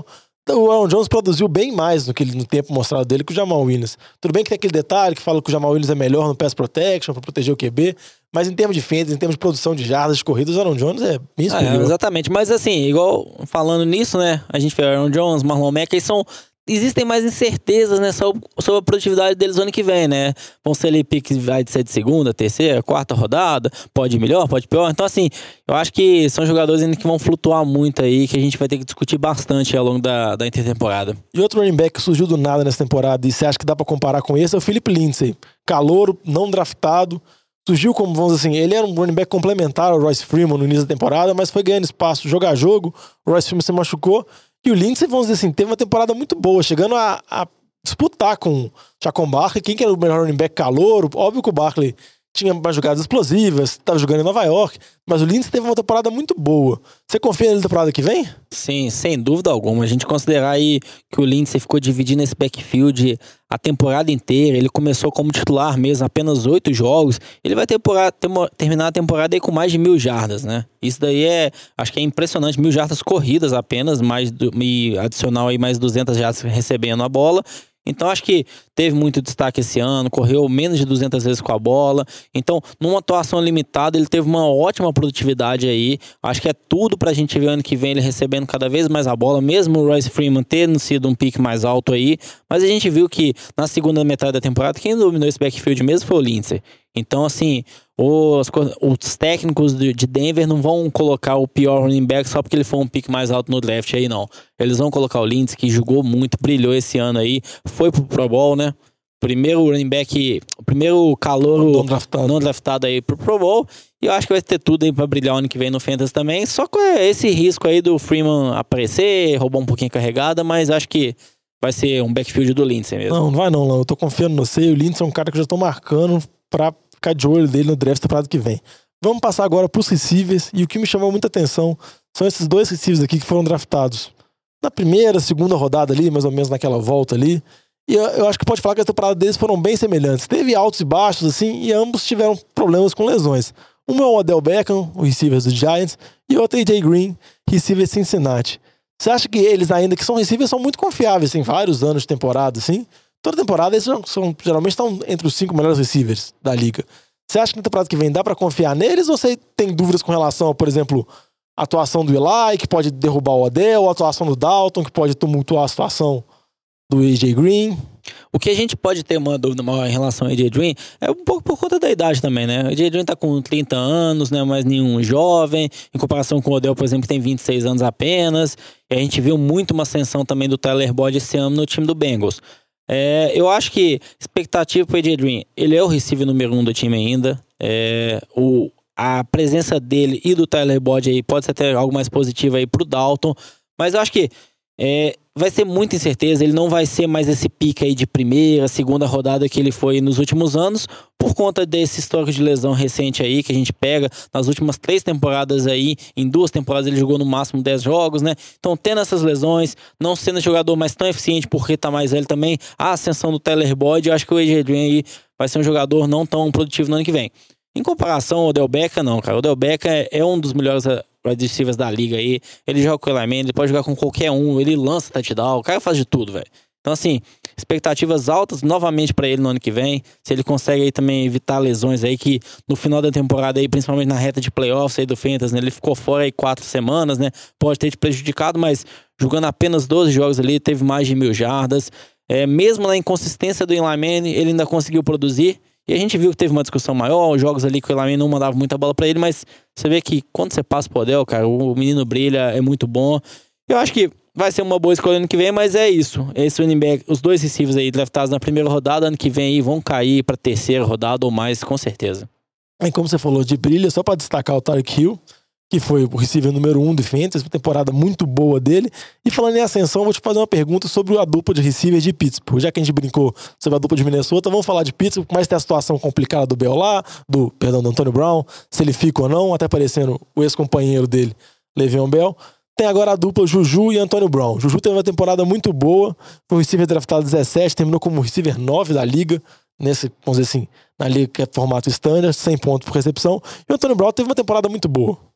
o Aaron Jones produziu bem mais do que ele, no tempo mostrado dele que o Jamal Williams. Tudo bem que tem aquele detalhe que fala que o Jamal Williams é melhor no pass protection, pra proteger o Q B, mas em termos de fantasy, em termos de produção de jardas, de corridas, o Aaron Jones é bem superior. É, exatamente, mas assim, igual falando nisso, né, a gente vê o Aaron Jones, Marlon Mack, eles são... Existem mais incertezas, né, sobre, sobre a produtividade deles no ano que vem, né? Vão ser ali piques, vai ser de segunda, terceira, quarta rodada, pode ir melhor, pode ir pior. Então, assim, eu acho que são jogadores ainda que vão flutuar muito aí, que a gente vai ter que discutir bastante ao longo da, da intertemporada. E outro running back que surgiu do nada nessa temporada, e você acha que dá pra comparar com esse, é o Philip Lindsay. Calouro, não draftado, surgiu como, vamos dizer assim, ele era um running back complementar ao Royce Freeman no início da temporada, mas foi ganhando espaço jogo a jogo, o Royce Freeman se machucou. E o Lindsay, vamos dizer assim, teve uma temporada muito boa, chegando a, a disputar com o Saquon Barkley, quem que era o melhor running back calouro. Óbvio que o Barkley tinha mais jogadas explosivas, estava jogando em Nova York, mas o Lindsay teve uma temporada muito boa. Você confia nele na temporada que vem? Sim, sem dúvida alguma. A gente considerar aí que o Lindsay ficou dividindo esse backfield a temporada inteira, ele começou como titular mesmo, apenas oito jogos, ele vai ter, terminar a temporada aí com mais de mil jardas, né? Isso daí é, acho que é impressionante, mil jardas corridas apenas, mais do, e adicional aí mais duzentas jardas recebendo a bola. Então acho que teve muito destaque esse ano, correu menos de duzentas vezes com a bola. Então, numa atuação limitada, ele teve uma ótima produtividade aí. Acho que é tudo pra gente ver ano que vem ele recebendo cada vez mais a bola, mesmo o Royce Freeman tendo sido um pique mais alto aí. Mas a gente viu que na segunda metade da temporada, quem dominou esse backfield mesmo foi o Lindsay. Então, assim, os, os técnicos de Denver não vão colocar o pior running back só porque ele foi um pick mais alto no draft aí, não. Eles vão colocar o Lindsay, que jogou muito, brilhou esse ano aí, foi pro Pro Bowl, né? Primeiro running back, o primeiro calouro não draftado. não draftado aí pro Pro Bowl. E eu acho que vai ter tudo aí pra brilhar o ano que vem no Fantasy também. Só com esse risco aí do Freeman aparecer, roubar um pouquinho a carregada, mas acho que vai ser um backfield do Lindsay mesmo. Não, não vai não, não. Eu tô confiando no você. O Lindsay é um cara que eu já tô marcando pra ficar de olho dele no draft temporada que vem. Vamos passar agora pros receivers, e o que me chamou muita atenção são esses dois receivers aqui que foram draftados na primeira, segunda rodada ali, mais ou menos naquela volta ali, e eu, eu acho que pode falar que as temporadas deles foram bem semelhantes. Teve altos e baixos assim, e ambos tiveram problemas com lesões. Um é o Odell Beckham, o receiver do Giants, e o outro é A J Green, receiver de Cincinnati. Você acha que eles ainda, que são receivers, são muito confiáveis, tem vários anos de temporada, assim? Toda temporada eles são, geralmente estão entre os cinco melhores receivers da liga. Você acha que na temporada que vem dá pra confiar neles, ou você tem dúvidas com relação a, por exemplo, a atuação do Eli, que pode derrubar o Odell, ou a atuação do Dalton, que pode tumultuar a situação do A J Green? O que a gente pode ter uma dúvida maior em relação ao A J Green é um pouco por conta da idade também, né? O A J Green tá com trinta anos, né? Mas nenhum jovem, em comparação com o Odell, por exemplo, que tem vinte e seis anos apenas. E a gente viu muito uma ascensão também do Tyler Boyd esse ano no time do Bengals. É, eu acho que expectativa pro A J Green, ele é o receiver número um do time ainda. É, o, a presença dele e do Tyler Boyd aí pode ser até algo mais positivo aí pro Dalton, mas eu acho que é, vai ser muita incerteza. Ele não vai ser mais esse pique aí de primeira, segunda rodada que ele foi nos últimos anos, por conta desse histórico de lesão recente aí que a gente pega nas últimas três temporadas aí. Em duas temporadas ele jogou no máximo dez jogos, né? Então, tendo essas lesões, não sendo jogador mais tão eficiente porque tá mais velho também, a ascensão do Tyler Boyd, eu acho que o A J Green aí vai ser um jogador não tão produtivo no ano que vem. Em comparação ao Odell Beckham, não, cara. O Odell Beckham é, é um dos melhores wide receivers da liga aí. Ele joga com o Eli Manning, ele pode jogar com qualquer um, ele lança touchdown, o cara faz de tudo, velho. Então, assim, expectativas altas novamente pra ele no ano que vem. Se ele consegue aí também evitar lesões aí, que no final da temporada aí, principalmente na reta de playoffs aí do Fantasy, né, ele ficou fora aí quatro semanas, né? Pode ter te prejudicado, mas jogando apenas doze jogos ali, teve mais de mil jardas. É, mesmo na inconsistência do Eli Manning, ele ainda conseguiu produzir. E a gente viu que teve uma discussão maior, os jogos ali que o Eli Manning não mandava muita bola pra ele, mas você vê que quando você passa pro Odell, cara, o menino brilha, é muito bom. Eu acho que vai ser uma boa escolha ano que vem, mas é isso. Esse running back, os dois receivers aí draftados na primeira rodada, ano que vem aí vão cair pra terceira rodada ou mais, com certeza. Aí, como você falou de brilha, só pra destacar o Tyreek Hill, que foi o receiver número um do Fantasy, uma temporada muito boa dele. E falando em ascensão, vou te fazer uma pergunta sobre a dupla de receiver de Pittsburgh. Já que a gente brincou sobre a dupla de Minnesota, vamos falar de Pittsburgh, mas tem a situação complicada do Bell lá, do, perdão, do Antonio Brown, se ele fica ou não, até parecendo o ex-companheiro dele, Le'Veon Bell. Tem agora a dupla Juju e Antonio Brown. Juju teve uma temporada muito boa, foi o receiver draftado dezessete, terminou como receiver nove da liga, nesse, vamos dizer assim, na liga que é formato standard, cem pontos por recepção. E o Antonio Brown teve uma temporada muito boa.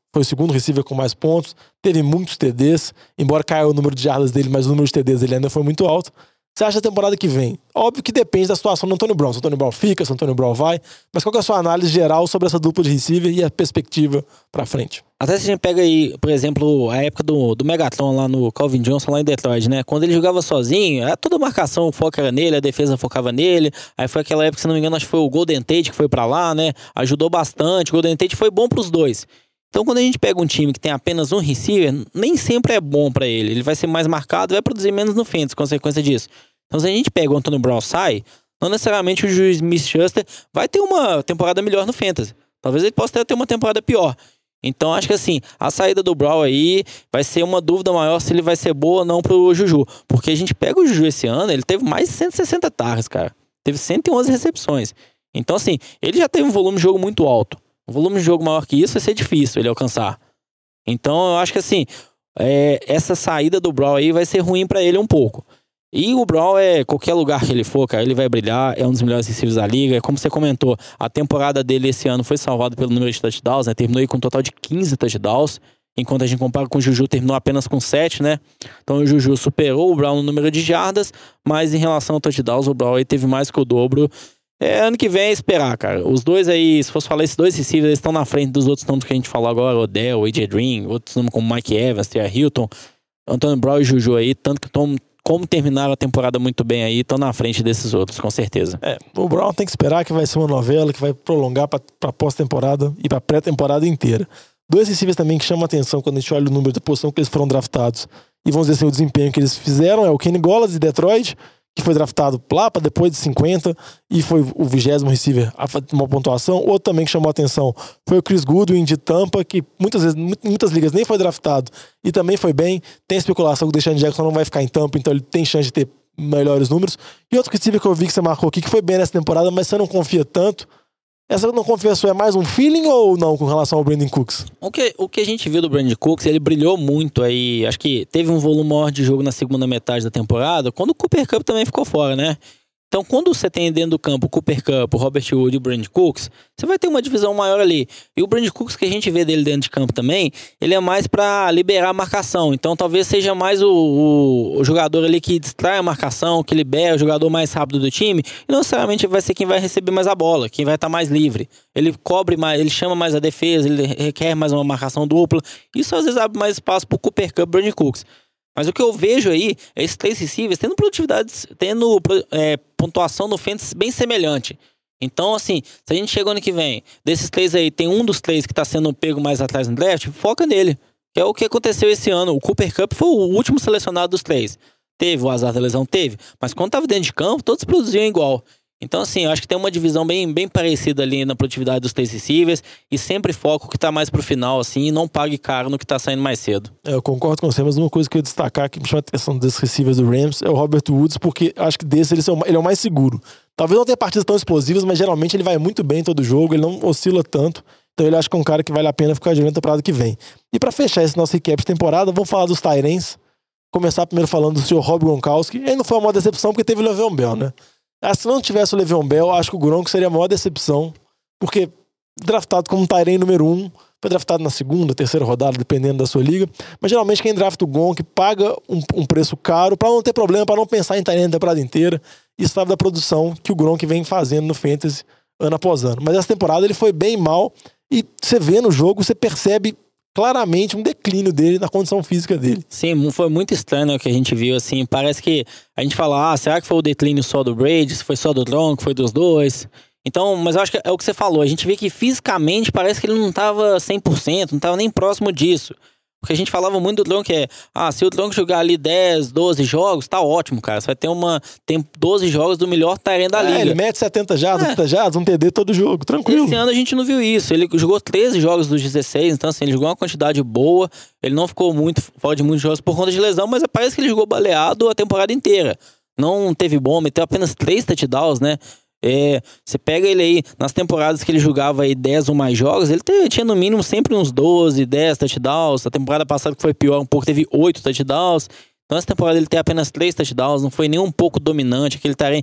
foi o segundo receiver com mais pontos, teve muitos T Ds, embora caia o número de jardas dele, mas o número de T Ds dele ainda foi muito alto. Você acha a temporada que vem? Óbvio que depende da situação do Antônio Brown. Se o Antônio Brown fica, se o Antônio Brown vai. Mas qual que é a sua análise geral sobre essa dupla de receiver e a perspectiva pra frente? Até se a gente pega aí, por exemplo, a época do, do Megatron lá no Calvin Johnson, lá em Detroit, né? Quando ele jogava sozinho, era toda a marcação, o foco era nele, a defesa focava nele. Aí foi aquela época, se não me engano, acho que foi o Golden Tate que foi pra lá, né? Ajudou bastante. O Golden Tate foi bom pros dois. Então, quando a gente pega um time que tem apenas um receiver, nem sempre é bom pra ele. Ele vai ser mais marcado, vai produzir menos no fantasy, consequência disso. Então, se a gente pega o Antônio Brown sai, não necessariamente o Juju Smith-Schuster vai ter uma temporada melhor no fantasy. Talvez ele possa ter uma temporada pior. Então, acho que assim, a saída do Brown aí vai ser uma dúvida maior se ele vai ser boa ou não pro Juju. Porque a gente pega o Juju esse ano, ele teve mais de cento e sessenta targets, cara. Teve cento e onze recepções. Então, assim, ele já teve um volume de jogo muito alto. Um volume de jogo maior que isso vai ser difícil ele alcançar. Então, eu acho que assim, é, essa saída do Brown aí vai ser ruim pra ele um pouco. E o Brown, é qualquer lugar que ele for, cara, ele vai brilhar, é um dos melhores receivers da liga. Como você comentou, a temporada dele esse ano foi salvada pelo número de touchdowns, né? Terminou aí com um total de quinze touchdowns, enquanto a gente compara com o Juju, terminou apenas com sete, né? Então o Juju superou o Brown no número de jardas, mas em relação ao touchdowns, o Brown aí teve mais que o dobro. É, ano que vem é esperar, cara. Os dois aí, se fosse falar, esses dois receivers, eles estão na frente dos outros nomes que a gente falou agora, Odell, A J Green, outros nomes como Mike Evans, T R Hilton, Antônio Brown e Juju aí, tanto que estão, como terminaram a temporada muito bem aí, estão na frente desses outros, com certeza. É, o Brown tem que esperar que vai ser uma novela que vai prolongar pra, pra pós-temporada e pra pré-temporada inteira. Dois receivers também que chamam a atenção quando a gente olha o número da posição que eles foram draftados e vamos dizer assim, o desempenho que eles fizeram é o Kenny Golladay de Detroit, que foi draftado lá para depois de cinquenta e foi o vigésimo receiver a uma pontuação. Outro também que chamou a atenção foi o Chris Goodwin de Tampa, que muitas vezes, em muitas ligas nem foi draftado e também foi bem. Tem especulação que o Deshaun Jackson não vai ficar em Tampa, então ele tem chance de ter melhores números. E outro receiver que eu vi que você marcou aqui, que foi bem nessa temporada, mas você não confia tanto. Essa não confia sua é mais um feeling ou não com relação ao Brandon Cooks? O que, o que a gente viu do Brandon Cooks, ele brilhou muito aí. Acho que teve um volume maior de jogo na segunda metade da temporada, quando o Cooper Kupp também ficou fora, né? Então, quando você tem dentro do campo o Cooper Kupp, o Robert Wood e o Brandon Cooks, você vai ter uma divisão maior ali. E o Brandon Cooks, que a gente vê dele dentro de campo também, ele é mais pra liberar a marcação. Então, talvez seja mais o, o, o jogador ali que distrai a marcação, que libera o jogador mais rápido do time. E não necessariamente vai ser quem vai receber mais a bola, quem vai estar mais livre. Ele cobre mais, ele chama mais a defesa, ele requer mais uma marcação dupla. Isso às vezes abre mais espaço pro Cooper Kupp e Brandon Cooks. Mas o que eu vejo aí é esses três receivers tendo produtividades, tendo é, pontuação no fantasy bem semelhante. Então, assim, se a gente chega ano que vem, desses três aí, tem um dos três que tá sendo pego mais atrás no draft, foca nele. Que é o que aconteceu esse ano. O Cooper Kupp foi o último selecionado dos três. Teve o azar da lesão? Teve. Mas quando tava dentro de campo, todos produziam igual. Então, assim, eu acho que tem uma divisão bem, bem parecida ali na produtividade dos três receivers e sempre foco o que tá mais pro final, assim, e não pague caro no que tá saindo mais cedo. É, eu concordo com você, mas uma coisa que eu ia destacar que me chama a atenção desses receivers do Rams é o Robert Woods, porque acho que desse ele é o, ele é o mais seguro. Talvez não tenha partidas tão explosivas, mas geralmente ele vai muito bem em todo jogo, ele não oscila tanto. Então ele acho que é um cara que vale a pena ficar de olho na temporada que vem. E pra fechar esse nosso recap de temporada, vamos falar dos tight ends. Começar primeiro falando do senhor Rob Gronkowski. Ele não foi uma maior decepção porque teve o Le'Veon Bell, né? Ah, se não tivesse o Le'Veon Bell, acho que o Gronk seria a maior decepção, porque draftado como tight end número um, foi draftado na segunda, terceira rodada, dependendo da sua liga, mas geralmente quem drafta o Gronk paga um, um preço caro para não ter problema, para não pensar em tight end a temporada inteira, e sabe da produção que o Gronk vem fazendo no Fantasy ano após ano. Mas essa temporada ele foi bem mal, e você vê no jogo, você percebe claramente um declínio dele na condição física dele. Sim, foi muito estranho o que a gente viu, assim, parece que a gente fala, ah, será que foi o declínio só do Brady, se foi só do Gronk, foi dos dois? Então, mas eu acho que é o que você falou, a gente vê que fisicamente parece que ele não tava cem por cento, não tava nem próximo disso. Porque a gente falava muito do Gronk, é, ah, se o Gronk jogar ali dez, doze jogos, tá ótimo, cara. Você vai ter uma, tem doze jogos do melhor tight end da é, liga. Ele mete setenta jardas, é. oitenta jardas, um T D todo jogo, tranquilo. Esse ano a gente não viu isso. Ele jogou treze jogos dos dezesseis, então assim, ele jogou uma quantidade boa. Ele não ficou muito fora de muitos jogos por conta de lesão, mas parece que ele jogou baleado a temporada inteira. Não teve bom, meteu apenas três touchdowns, né? É, você pega ele aí, nas temporadas que ele jogava aí dez ou mais jogos, ele te, tinha no mínimo sempre uns doze, dez touchdowns. A temporada passada que foi pior um pouco, teve oito touchdowns. Então essa temporada ele tem apenas três touchdowns, não foi nem um pouco dominante, aquele tarém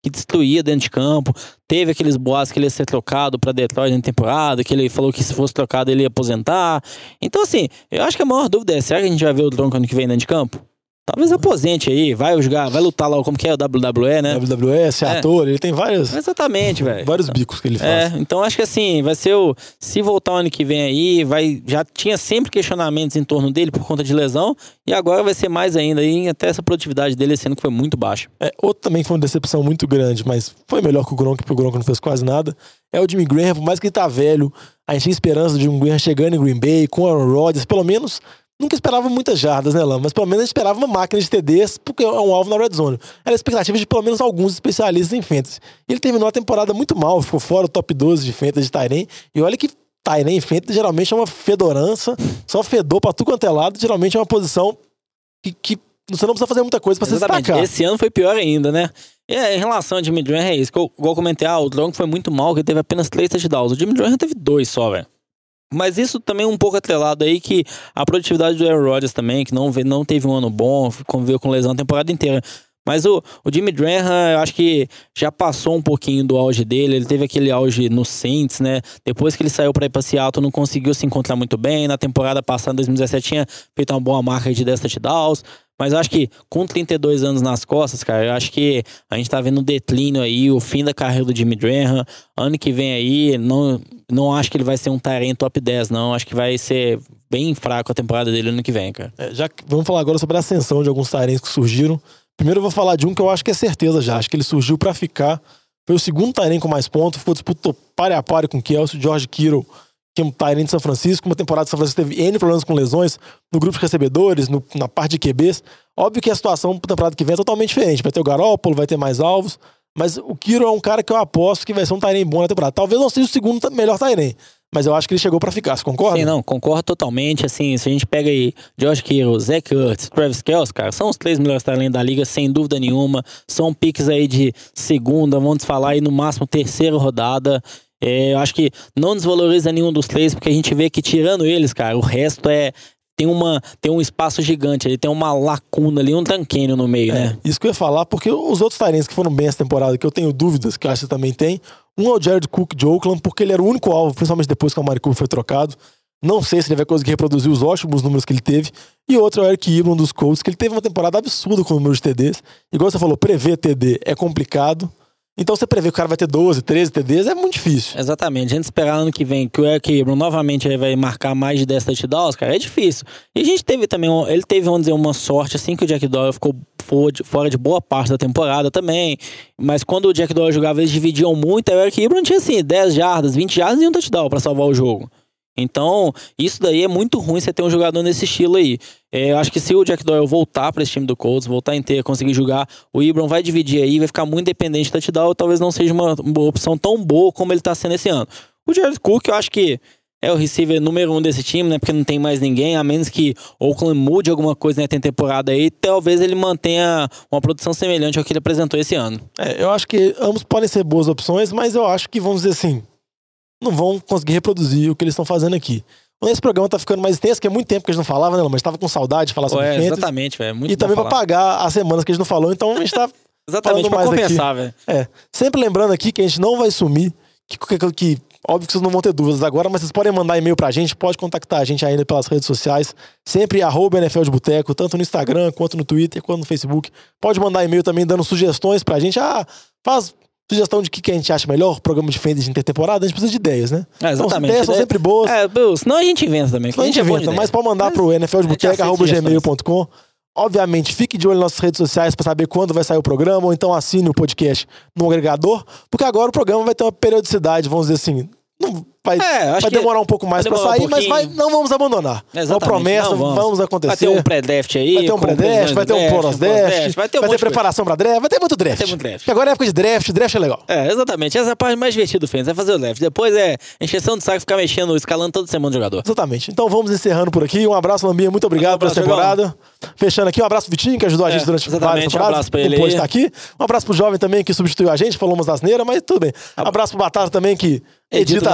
que destruía dentro de campo. Teve aqueles boatos que ele ia ser trocado pra Detroit na temporada, que ele falou que se fosse trocado ele ia aposentar. Então, assim, eu acho que a maior dúvida é, será que a gente vai ver o Gronk ano que vem dentro de campo? Talvez aposente aí, vai jogar, vai lutar lá, como que é o W W E, né? W W E, ser É. ator, ele tem vários, Exatamente, velho. vários bicos que ele faz. É, então acho que assim, vai ser o... Se voltar o ano que vem aí, vai, já tinha sempre questionamentos em torno dele por conta de lesão, e agora vai ser mais ainda, e até essa produtividade dele sendo que foi muito baixa. É, outro também que foi uma decepção muito grande, mas foi melhor que o Gronk, porque o Gronk não fez quase nada, é o Jimmy Graham. Por mais que ele tá velho, a gente tinha esperança de Jimmy Graham chegando em Green Bay, com o Aaron Rodgers, pelo menos... Nunca esperava muitas jardas, né, Lama? Mas pelo menos a gente esperava uma máquina de T Ds, porque é um alvo na red zone. Era a expectativa de pelo menos alguns especialistas em fantasy. E ele terminou a temporada muito mal, ficou fora do top doze de fantasy de Tyren. E olha que Tyren em fantasy geralmente é uma fedorança, só fedor pra tudo quanto é lado. Geralmente é uma posição que, que você não precisa fazer muita coisa pra se destacar. Esse ano foi pior ainda, né? E em relação ao Jimmy Graham, é isso. Igual eu comentei, ah, o Gronk foi muito mal, que ele teve apenas três touchdowns. O Jimmy Graham teve dois só, velho. Mas isso também é um pouco atrelado aí que a produtividade do Aaron Rodgers também, que não, não teve um ano bom, conviveu com lesão a temporada inteira. Mas o, o Jimmy Graham, eu acho que já passou um pouquinho do auge dele. Ele teve aquele auge no Saints, né? Depois que ele saiu para ir para Seattle, não conseguiu se encontrar muito bem. Na temporada passada, em dois mil e dezessete, tinha feito uma boa marca de dez touchdowns. Mas eu acho que com trinta e dois anos nas costas, cara, eu acho que a gente tá vendo um declínio aí, o fim da carreira do Jimmy Graham. Ano que vem aí, não, não acho que ele vai ser um Tyren top dez, não. Acho que vai ser bem fraco a temporada dele ano que vem, cara. É, já que- vamos falar agora sobre a ascensão de alguns Tyrens que surgiram. Primeiro eu vou falar de um que eu acho que é certeza já. Acho que ele surgiu pra ficar. Foi o segundo Tyren com mais pontos. Ficou disputou pare a pare com o Kelsey, George Kittle, que é um Tyren de São Francisco. Uma temporada de São Francisco teve N problemas com lesões no grupo de recebedores, no- na parte de Q Bs. Óbvio que a situação pra temporada que vem é totalmente diferente. Vai ter o Garoppolo, vai ter mais alvos. Mas o Kittle é um cara que eu aposto que vai ser um Tyren bom na temporada. Talvez não seja o segundo t- melhor Tyren, mas eu acho que ele chegou pra ficar. Você concorda? Sim, não, concordo totalmente. Assim, se a gente pega aí George Kittle, Zach Ertz, Travis Kelce, cara, são os três melhores talentos da liga, sem dúvida nenhuma. São piques aí de segunda, vamos falar aí no máximo terceira rodada. É, eu acho que não desvaloriza nenhum dos três, porque a gente vê que tirando eles, cara, o resto é... Tem, uma, tem um espaço gigante, ele tem uma lacuna ali, um tranquênio no meio, É, né? isso que eu ia falar, porque os outros Tyrens que foram bem essa temporada, que eu tenho dúvidas, que eu acho que você também tem, um é o Jared Cook de Oakland, porque ele era o único alvo, principalmente depois que o Amari Cooper foi trocado. Não sei se ele vai conseguir reproduzir os ótimos números que ele teve. E outro é o Eric Ebron dos Colts, que ele teve uma temporada absurda com o número de T Ds. Igual você falou, prever T D é complicado. Então você prever que o cara vai ter doze, treze T Ds é muito difícil. Exatamente. A gente esperar ano que vem que o Eric Ebron novamente aí vai marcar mais de dez touchdowns, cara, é difícil. E a gente teve também, um- ele teve, vamos dizer, uma sorte, assim, que o Jack Doyle ficou fo- de- fora de boa parte da temporada também. Mas quando o Jack Doyle jogava, eles dividiam muito, aí o Eric Ebron tinha, assim, dez jardas, vinte jardas e um touchdown pra salvar o jogo. Então, isso daí é muito ruim você ter um jogador nesse estilo aí. É, eu acho que se o Jack Doyle voltar para esse time do Colts, voltar inteiro, conseguir jogar, o Ebron vai dividir aí, vai ficar muito dependente do touchdown, talvez não seja uma, uma opção tão boa como ele tá sendo esse ano. O Jared Cook, eu acho que é o receiver número um desse time, né? Porque não tem mais ninguém, a menos que Oakland mude alguma coisa na temporada aí, talvez ele mantenha uma produção semelhante ao que ele apresentou esse ano. É, eu acho que ambos podem ser boas opções, mas eu acho que, vamos dizer assim, não vão conseguir reproduzir o que eles estão fazendo aqui. Esse programa tá ficando mais extenso, que é muito tempo que a gente não falava, né? Mas tava com saudade de falar sobre É, fantasy. exatamente, velho. Muito E bom também pra falar. pagar as semanas que a gente não falou, então a gente tá Exatamente, pra falando mais compensar, velho. É, sempre lembrando aqui que a gente não vai sumir, que, que, que óbvio que vocês não vão ter dúvidas agora, mas vocês podem mandar e-mail pra gente, pode contactar a gente ainda pelas redes sociais, sempre arroba N F L de Boteco, tanto no Instagram, quanto no Twitter, quanto no Facebook. Pode mandar e-mail também dando sugestões pra gente. Ah, faz sugestão de que, que a gente acha melhor, programa de fantasy de intertemporada, a gente precisa de ideias, né? É, Então, as exatamente. ideias são Ideia- sempre boas. É, Bill, senão a gente inventa também. Senão a gente é bom de inventa, ideia. mas pode mandar pro N F L de a gente Boteco, aceita arroba sugestões. gmail ponto com. Obviamente, fique de olho nas nossas redes sociais para saber quando vai sair o programa, ou então assine o podcast no agregador, porque agora o programa vai ter uma periodicidade, vamos dizer assim, não vai, É, acho vai que demorar um pouco mais vai para demorar um sair, mas vai, pouquinho. não vamos abandonar. É uma Exatamente, promessa, não vamos. vamos. acontecer. Vai ter um pré-draft aí. Vai ter um com pré-draft, previsões vai do ter um draft, pós-draft, pós-draft, vai ter um vai ter monte de coisa. preparação para draft, vai ter muito draft. Vai ter muito draft. Porque agora é época de draft, draft é legal. É, exatamente. Essa é a parte mais divertida do Fênix, é fazer o draft. Depois é encheção de saco, ficar mexendo, escalando toda semana o jogador. Exatamente. Então vamos encerrando por aqui. Um abraço, Lambinha. Muito obrigado Um abraço, pela temporada. Fechando aqui, um abraço pro Vitinho, que ajudou a gente É, durante exatamente. várias Um temporadas. abraço pra Não ele pôde aí. estar aqui. Um abraço pro Jovem também, que substituiu a gente, falou umas asneiras, mas tudo bem. Um abraço pro Batata também, que edita Edita as nossa- a gente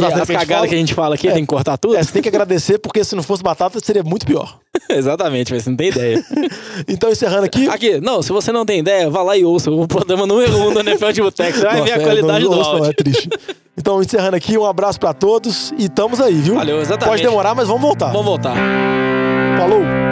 batata as que a gente cagadas fala. que a gente fala aqui, É. tem que cortar tudo? É, você tem que agradecer, porque se não fosse batata, seria muito pior. Exatamente, mas você não tem ideia. Então, encerrando aqui... Aqui, não, se você não tem ideia, vá lá e ouça o programa número um do N F L de Boteco. Você vai Nossa, ver a é, qualidade não, do não, áudio. Não, é triste. Então, encerrando aqui, um abraço pra todos e estamos aí, viu? Valeu, exatamente. Pode demorar, mas vamos voltar. Vamos voltar. Falou!